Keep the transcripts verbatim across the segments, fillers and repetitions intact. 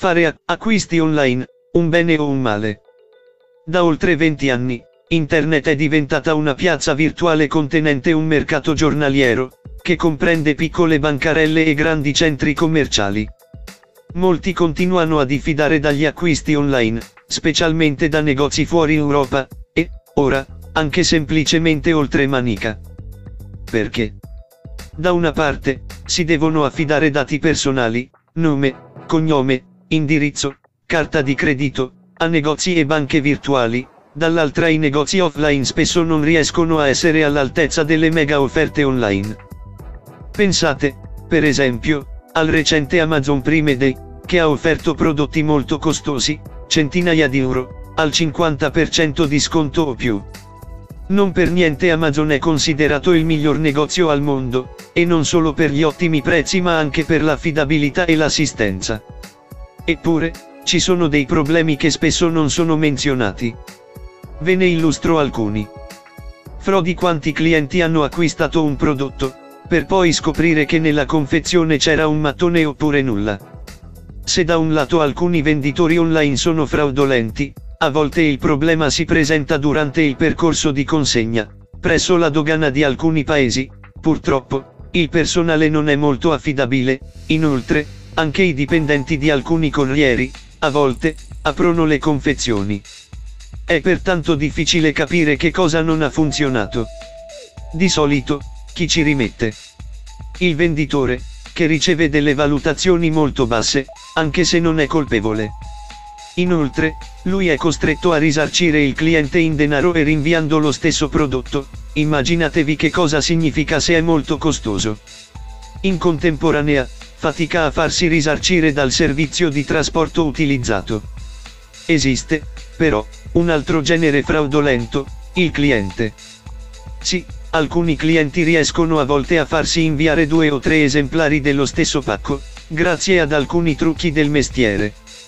Fare a- acquisti online, un bene o un male? Da oltre venti anni, Internet è diventata una piazza virtuale contenente un mercato giornaliero, che comprende piccole bancarelle e grandi centri commerciali. Molti continuano a diffidare dagli acquisti online, specialmente da negozi fuori Europa, e, ora, anche semplicemente oltre Manica. Perché? Da una parte, si devono affidare dati personali, nome, cognome, indirizzo, carta di credito, a negozi e banche virtuali, dall'altra i negozi offline spesso non riescono a essere all'altezza delle mega offerte online. Pensate, per esempio, al recente Amazon Prime Day, che ha offerto prodotti molto costosi, centinaia di euro, al cinquanta per cento di sconto o più. Non per niente Amazon è considerato il miglior negozio al mondo, e non solo per gli ottimi prezzi ma anche per l'affidabilità e l'assistenza. Eppure, ci sono dei problemi che spesso non sono menzionati. Ve ne illustro alcuni. Frodi: quanti clienti hanno acquistato un prodotto, per poi scoprire che nella confezione c'era un mattone oppure nulla. Se da un lato alcuni venditori online sono fraudolenti, a volte il problema si presenta durante il percorso di consegna, presso la dogana di alcuni paesi. Purtroppo, il personale non è molto affidabile, inoltre, anche i dipendenti di alcuni corrieri, a volte, aprono le confezioni. È pertanto difficile capire che cosa non ha funzionato. Di solito, chi ci rimette? Il venditore, che riceve delle valutazioni molto basse, anche se non è colpevole. Inoltre, lui è costretto a risarcire il cliente in denaro e rinviando lo stesso prodotto. Immaginatevi che cosa significa se è molto costoso. In contemporanea, fatica a farsi risarcire dal servizio di trasporto utilizzato. Esiste, però, un altro genere fraudolento, il cliente. Sì, alcuni clienti riescono a volte a farsi inviare due o tre esemplari dello stesso pacco, grazie ad alcuni trucchi del mestiere.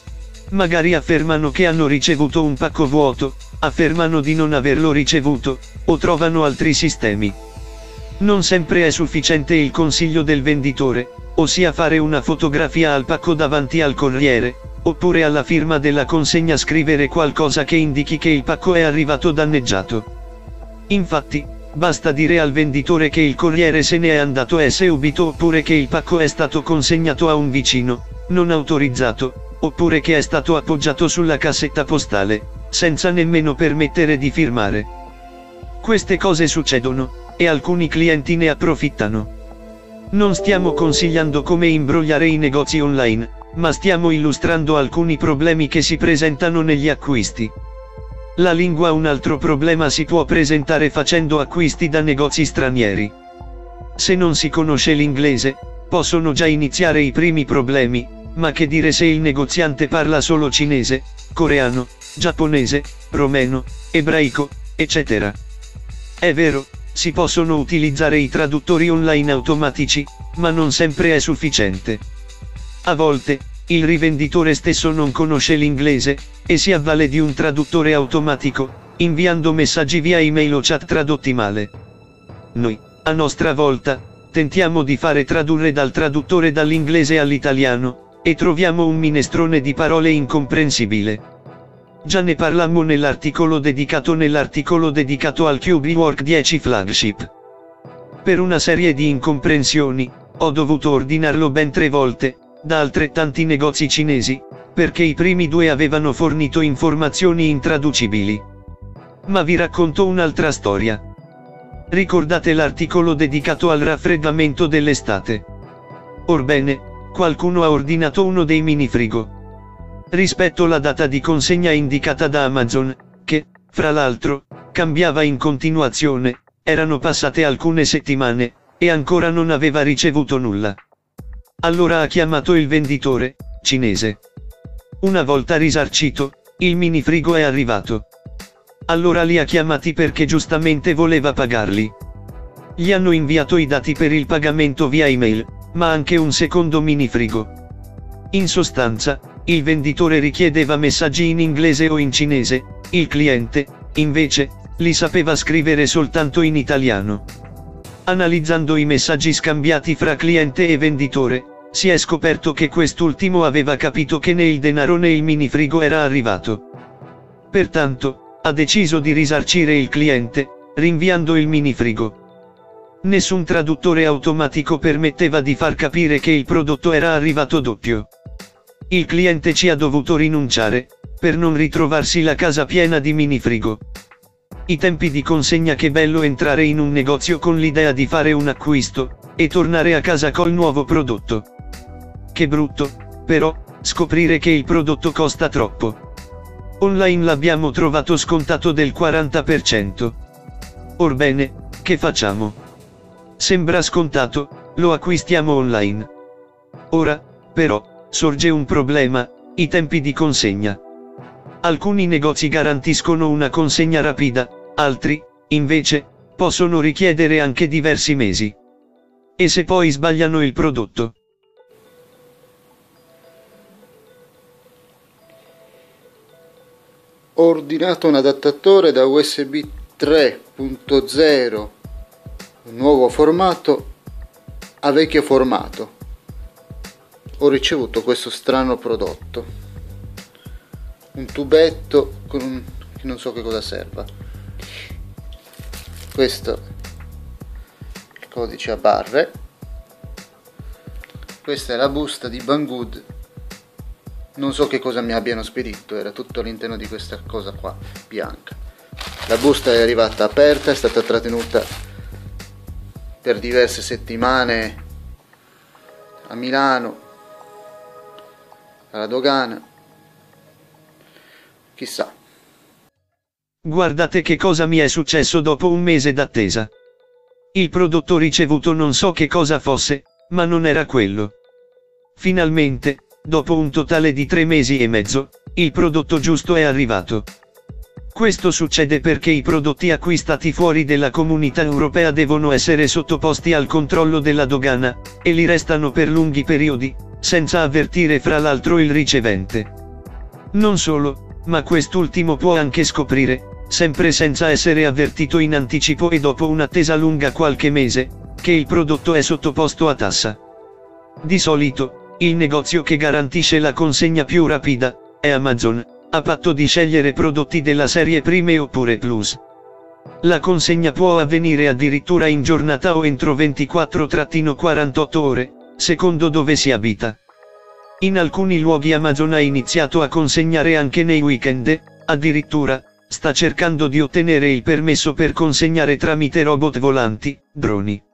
Magari affermano che hanno ricevuto un pacco vuoto, affermano di non averlo ricevuto, o trovano altri sistemi. Non sempre è sufficiente il consiglio del venditore, ossia fare una fotografia al pacco davanti al corriere, oppure alla firma della consegna scrivere qualcosa che indichi che il pacco è arrivato danneggiato. Infatti, basta dire al venditore che il corriere se ne è andato e subito, oppure che il pacco è stato consegnato a un vicino, non autorizzato, oppure che è stato appoggiato sulla cassetta postale, senza nemmeno permettere di firmare. Queste cose succedono, e alcuni clienti ne approfittano. Non stiamo consigliando come imbrogliare i negozi online, ma stiamo illustrando alcuni problemi che si presentano negli acquisti. La lingua: un altro problema si può presentare facendo acquisti da negozi stranieri. Se non si conosce l'inglese, possono già iniziare i primi problemi, ma che dire se il negoziante parla solo cinese, coreano, giapponese, romeno, ebraico, eccetera. È vero, si possono utilizzare i traduttori online automatici, ma non sempre è sufficiente. A volte, il rivenditore stesso non conosce l'inglese, e si avvale di un traduttore automatico, inviando messaggi via email o chat tradotti male. Noi, a nostra volta, tentiamo di fare tradurre dal traduttore dall'inglese all'italiano, e troviamo un minestrone di parole incomprensibile. Già ne parlammo nell'articolo dedicato nell'articolo dedicato al Q B Work dieci Flagship. Per una serie di incomprensioni, ho dovuto ordinarlo ben tre volte, da altrettanti negozi cinesi, perché i primi due avevano fornito informazioni intraducibili. Ma vi racconto un'altra storia. Ricordate l'articolo dedicato al raffreddamento dell'estate? Orbene, qualcuno ha ordinato uno dei minifrigo. Rispetto la data di consegna indicata da Amazon, che, fra l'altro, cambiava in continuazione, erano passate alcune settimane, e ancora non aveva ricevuto nulla. Allora ha chiamato il venditore, cinese. Una volta risarcito, il minifrigo è arrivato. Allora li ha chiamati perché giustamente voleva pagarli. Gli hanno inviato i dati per il pagamento via email, ma anche un secondo minifrigo. In sostanza, il venditore richiedeva messaggi in inglese o in cinese, il cliente, invece, li sapeva scrivere soltanto in italiano. Analizzando i messaggi scambiati fra cliente e venditore, si è scoperto che quest'ultimo aveva capito che né il denaro né il minifrigo era arrivato. Pertanto, ha deciso di risarcire il cliente, rinviando il minifrigo. Nessun traduttore automatico permetteva di far capire che il prodotto era arrivato doppio. Il cliente ci ha dovuto rinunciare, per non ritrovarsi la casa piena di minifrigo. I tempi di consegna. Che bello entrare in un negozio con l'idea di fare un acquisto, e tornare a casa col nuovo prodotto. Che brutto, però, scoprire che il prodotto costa troppo. Online l'abbiamo trovato scontato del quaranta per cento. Orbene, che facciamo? Sembra scontato, lo acquistiamo online. Ora, però, sorge un problema, i tempi di consegna. Alcuni negozi garantiscono una consegna rapida, altri, invece, possono richiedere anche diversi mesi. E se poi sbagliano il prodotto? Ho ordinato un adattatore da U S B tre punto zero, un nuovo formato, a vecchio formato. Ho ricevuto questo strano prodotto, un tubetto con un, che non so che cosa serva. Questo è il codice a barre, questa è la busta di Banggood. Non so che cosa mi abbiano spedito, era tutto all'interno di questa cosa qua, bianca. La busta è arrivata aperta, è stata trattenuta per diverse settimane a Milano, alla dogana, chissà. Guardate che cosa mi è successo dopo un mese d'attesa. Il prodotto ricevuto non so che cosa fosse, ma non era quello. Finalmente, dopo un totale di tre mesi e mezzo, il prodotto giusto è arrivato. Questo succede perché i prodotti acquistati fuori della comunità europea devono essere sottoposti al controllo della dogana, e li restano per lunghi periodi, senza avvertire fra l'altro il ricevente. Non solo, ma quest'ultimo può anche scoprire, sempre senza essere avvertito in anticipo e dopo un'attesa lunga qualche mese, che il prodotto è sottoposto a tassa. Di solito, il negozio che garantisce la consegna più rapida è Amazon, a patto di scegliere prodotti della serie Prime oppure Plus. La consegna può avvenire addirittura in giornata o entro ventiquattro quarantotto ore, secondo dove si abita. In alcuni luoghi Amazon ha iniziato a consegnare anche nei weekend, addirittura, sta cercando di ottenere il permesso per consegnare tramite robot volanti, droni.